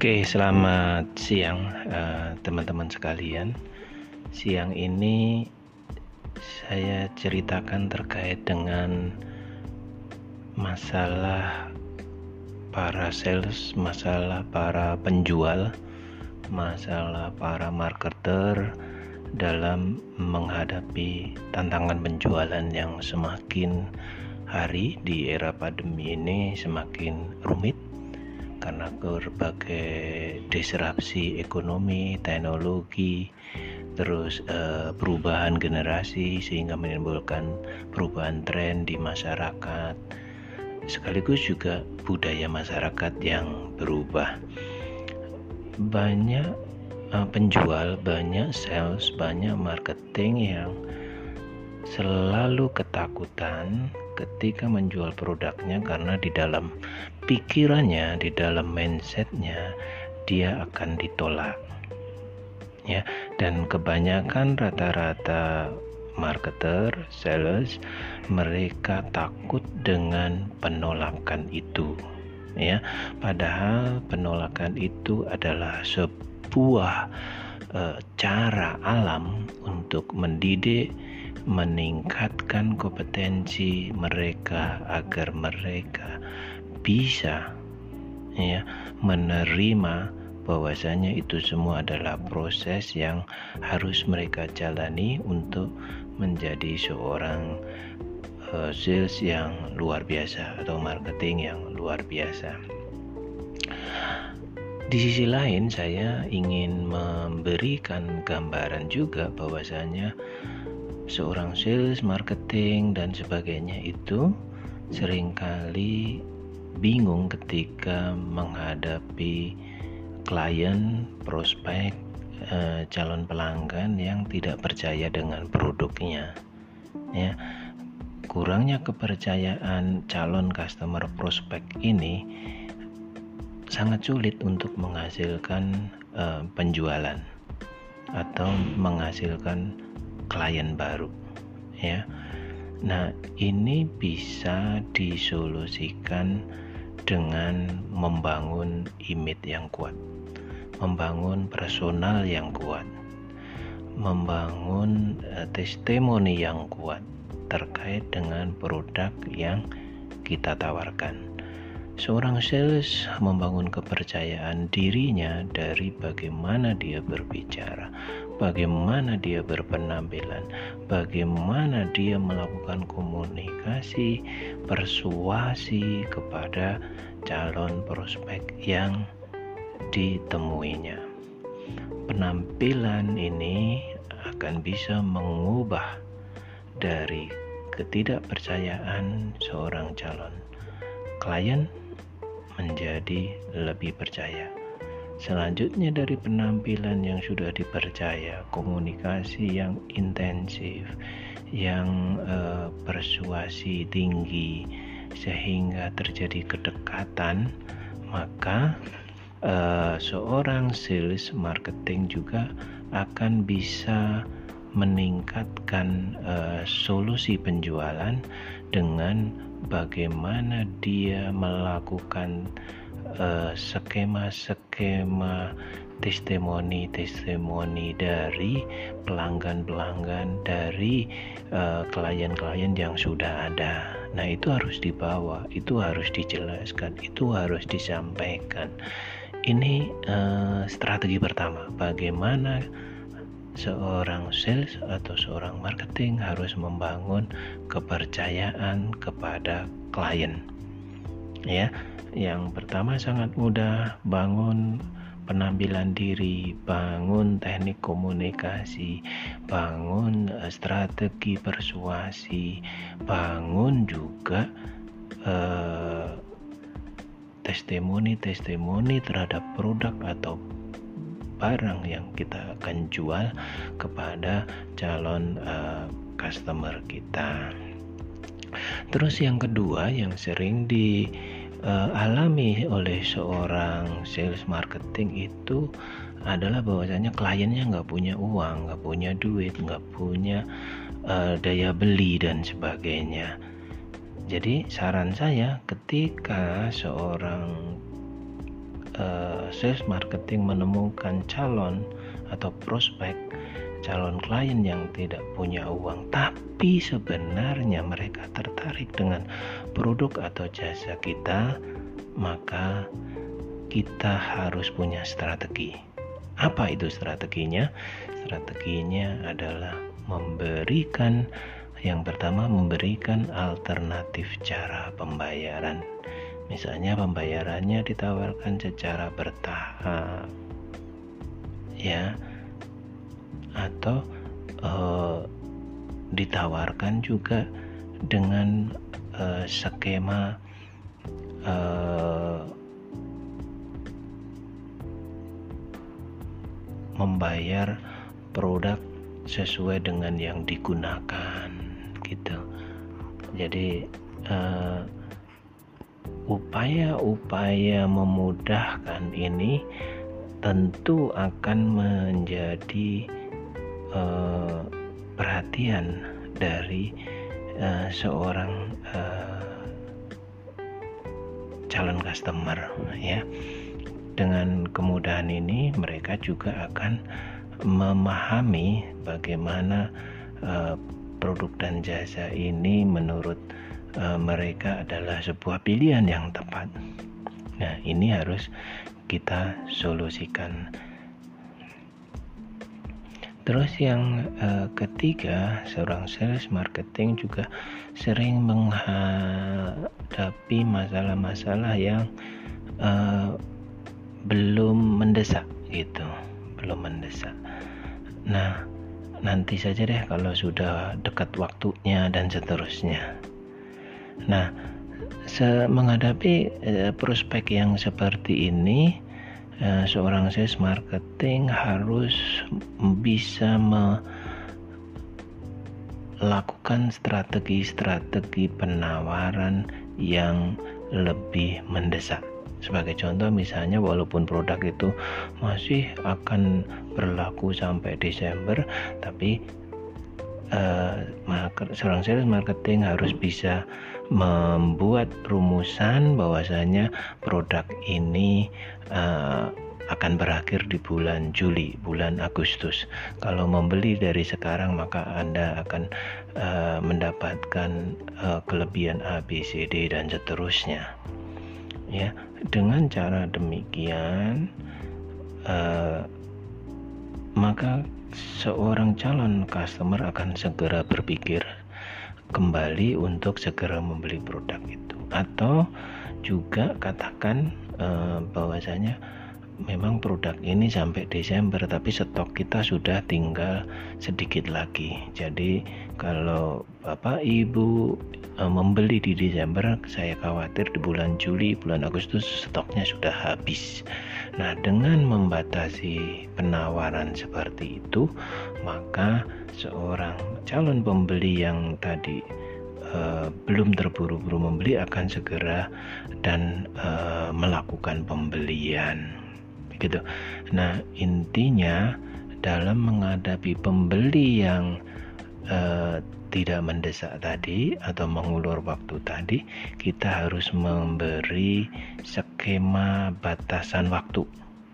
Oke, selamat siang teman-teman sekalian. Siang ini saya ceritakan terkait dengan masalah para sales, masalah para penjual, masalah para marketer dalam menghadapi tantangan penjualan yang semakin hari di era pandemi ini semakin rumit karena berbagai disrupsi ekonomi, teknologi, terus perubahan generasi sehingga menimbulkan perubahan tren di masyarakat, sekaligus juga budaya masyarakat yang berubah. Banyak penjual, banyak sales, banyak marketing yang selalu ketakutan ketika menjual produknya karena di dalam pikirannya, di dalam mindsetnya dia akan ditolak ya. Dan kebanyakan rata-rata marketer, sales, mereka takut dengan penolakan itu ya. Padahal penolakan itu adalah sebuah cara alam untuk mendidik, meningkatkan kompetensi mereka agar mereka bisa ya menerima bahwasanya itu semua adalah proses yang harus mereka jalani untuk menjadi seorang sales yang luar biasa atau marketing yang luar biasa. Di sisi lain, saya ingin memberikan gambaran juga bahwasanya seorang sales, marketing, dan sebagainya itu seringkali bingung ketika menghadapi klien, prospek, calon pelanggan yang tidak percaya dengan produknya ya. Kurangnya kepercayaan calon customer prospek ini sangat sulit untuk menghasilkan penjualan atau menghasilkan klien baru ya. Nah, ini bisa disolusikan dengan membangun image yang kuat, membangun personal yang kuat, membangun testimoni yang kuat terkait dengan produk yang kita tawarkan. Seorang sales membangun kepercayaan dirinya dari bagaimana dia berbicara, bagaimana dia berpenampilan, bagaimana dia melakukan komunikasi, persuasi kepada calon prospek yang ditemuinya. Penampilan ini akan bisa mengubah dari ketidakpercayaan seorang calon klien menjadi lebih percaya. Selanjutnya dari penampilan yang sudah dipercaya, komunikasi yang intensif, yang persuasi tinggi sehingga terjadi kedekatan, maka seorang sales marketing juga akan bisa meningkatkan solusi penjualan dengan bagaimana dia melakukan skema testimoni dari pelanggan-pelanggan, dari klien-klien yang sudah ada. Nah, itu harus dibawa, itu harus dijelaskan, itu harus disampaikan. Ini strategi pertama, bagaimana seorang sales atau seorang marketing harus membangun kepercayaan kepada klien ya. Yang pertama sangat mudah, bangun penampilan diri, bangun teknik komunikasi, bangun strategi persuasi, bangun juga testimoni terhadap produk atau barang yang kita akan jual kepada calon customer kita. Terus yang kedua yang sering dialami oleh seorang sales marketing itu adalah bahwasanya kliennya nggak punya uang, nggak punya duit, nggak punya daya beli dan sebagainya. Jadi saran saya ketika seorang sales marketing menemukan calon atau prospek calon klien yang tidak punya uang, tapi sebenarnya mereka tertarik dengan produk atau jasa kita, maka kita harus punya strategi. Apa itu strateginya? Strateginya adalah yang pertama memberikan alternatif cara pembayaran. Misalnya pembayarannya ditawarkan secara bertahap, ya, atau ditawarkan juga dengan skema membayar produk sesuai dengan yang digunakan, gitu. Jadi upaya-upaya memudahkan ini tentu akan menjadi perhatian dari seorang calon customer, ya. Dengan kemudahan ini mereka juga akan memahami bagaimana produk dan jasa ini menurut mereka adalah sebuah pilihan yang tepat. Nah, ini harus kita solusikan. Terus yang ketiga, seorang sales marketing juga sering menghadapi masalah-masalah yang belum mendesak, gitu, belum mendesak. Nah, nanti saja deh kalau sudah dekat waktunya dan seterusnya. Nah, menghadapi prospek yang seperti ini, seorang sales marketing harus bisa melakukan strategi-strategi penawaran yang lebih mendesak. Sebagai contoh, misalnya walaupun produk itu masih akan berlaku sampai Desember, tapi seorang sales marketing harus bisa membuat rumusan bahwasanya produk ini akan berakhir di bulan Juli, bulan Agustus. Kalau membeli dari sekarang, maka Anda akan mendapatkan kelebihan A, B, C, D dan seterusnya. Ya, dengan cara demikian maka seorang calon customer akan segera berpikir kembali untuk segera membeli produk itu. Atau juga katakan bahwasanya memang produk ini sampai Desember, tapi stok kita sudah tinggal sedikit lagi. Jadi kalau Bapak Ibu membeli di Desember, saya khawatir di bulan Juli, bulan Agustus stoknya sudah habis. Nah, dengan membatasi penawaran seperti itu, maka seorang calon pembeli yang tadi belum terburu-buru membeli akan segera dan melakukan pembelian, gitu. Nah, intinya dalam menghadapi pembeli yang tidak mendesak tadi atau mengulur waktu tadi, kita harus memberi skema batasan waktu.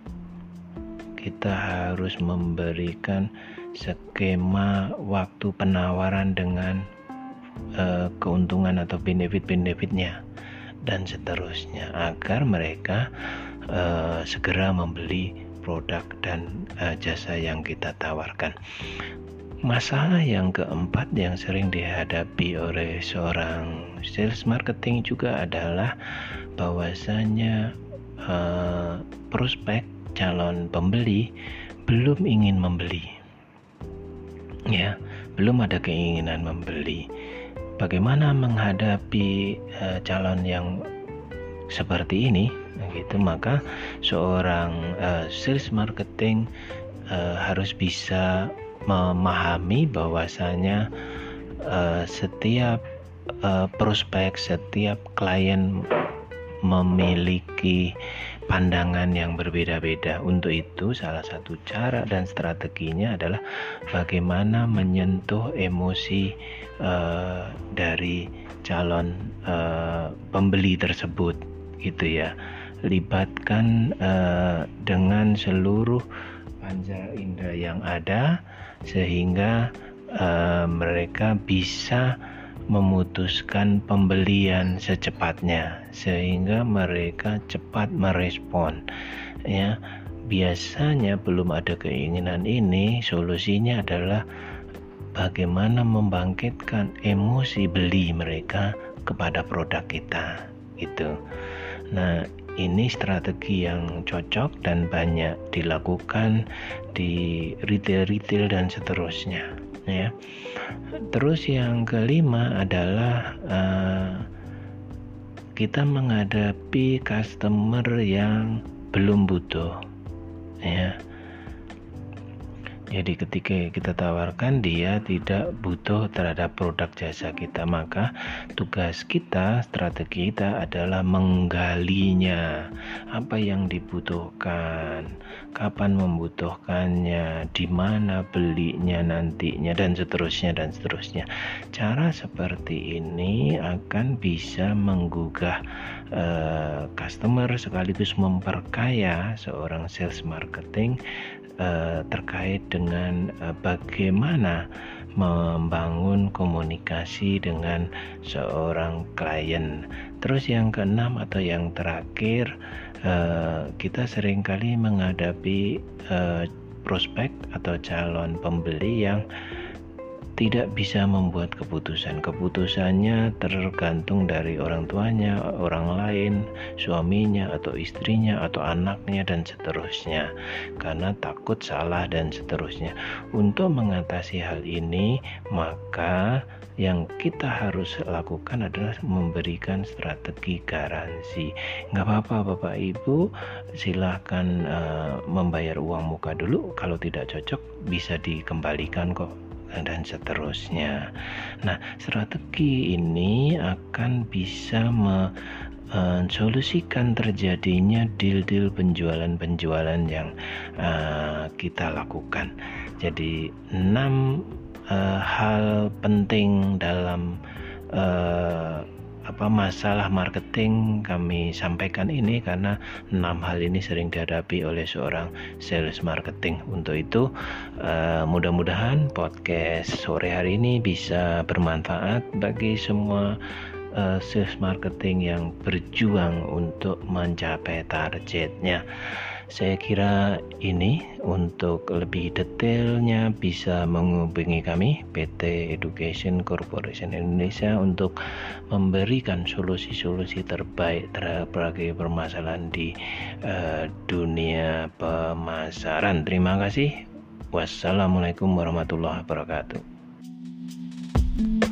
Kita harus memberikan skema waktu penawaran dengan keuntungan atau benefit-benefitnya dan seterusnya, agar mereka segera membeli produk dan jasa yang kita tawarkan. Masalah yang keempat yang sering dihadapi oleh seorang sales marketing juga adalah bahwasanya prospek calon pembeli belum ingin membeli, ya, belum ada keinginan membeli. Bagaimana menghadapi calon yang seperti ini, gitu? Maka seorang sales marketing harus bisa memahami bahwasanya setiap prospek, setiap klien memiliki pandangan yang berbeda-beda. Untuk itu, salah satu cara dan strateginya adalah bagaimana menyentuh emosi dari calon pembeli tersebut, gitu ya. libatkan dengan seluruh panca indera yang ada, sehingga mereka bisa memutuskan pembelian secepatnya, sehingga mereka cepat merespon. Ya, biasanya belum ada keinginan ini, solusinya adalah bagaimana membangkitkan emosi beli mereka kepada produk kita, gitu. Nah, ini strategi yang cocok dan banyak dilakukan di retail dan seterusnya, ya. Terus yang kelima adalah kita menghadapi customer yang belum butuh, ya. Jadi ketika kita tawarkan dia tidak butuh terhadap produk jasa kita, maka tugas kita, strategi kita adalah menggalinya. Apa yang dibutuhkan, kapan membutuhkannya, di mana belinya nantinya, dan seterusnya. Cara seperti ini akan bisa menggugah customer sekaligus memperkaya seorang sales marketing terkait dengan bagaimana membangun komunikasi dengan seorang klien. Terus yang keenam atau yang terakhir, kita seringkali menghadapi prospek atau calon pembeli yang tidak bisa membuat keputusan. Keputusannya tergantung dari orang tuanya, orang lain, suaminya atau istrinya atau anaknya dan seterusnya, karena takut salah dan seterusnya. Untuk mengatasi hal ini, maka yang kita harus lakukan adalah memberikan strategi garansi. Nggak apa-apa Bapak Ibu, silahkan membayar uang muka dulu. Kalau tidak cocok bisa dikembalikan kok, dan seterusnya. Nah, strategi ini akan bisa solusikan terjadinya deal-deal penjualan yang kita lakukan. Jadi 6 hal penting dalam masalah marketing kami sampaikan ini, karena 6 hal ini sering dihadapi oleh seorang sales marketing. Untuk itu mudah-mudahan podcast sore hari ini bisa bermanfaat bagi semua sales marketing yang berjuang untuk mencapai targetnya. Saya kira ini, untuk lebih detailnya bisa menghubungi kami PT Education Corporation Indonesia untuk memberikan solusi-solusi terbaik terhadap berbagai permasalahan di dunia pemasaran. Terima kasih. Wassalamualaikum warahmatullahi wabarakatuh.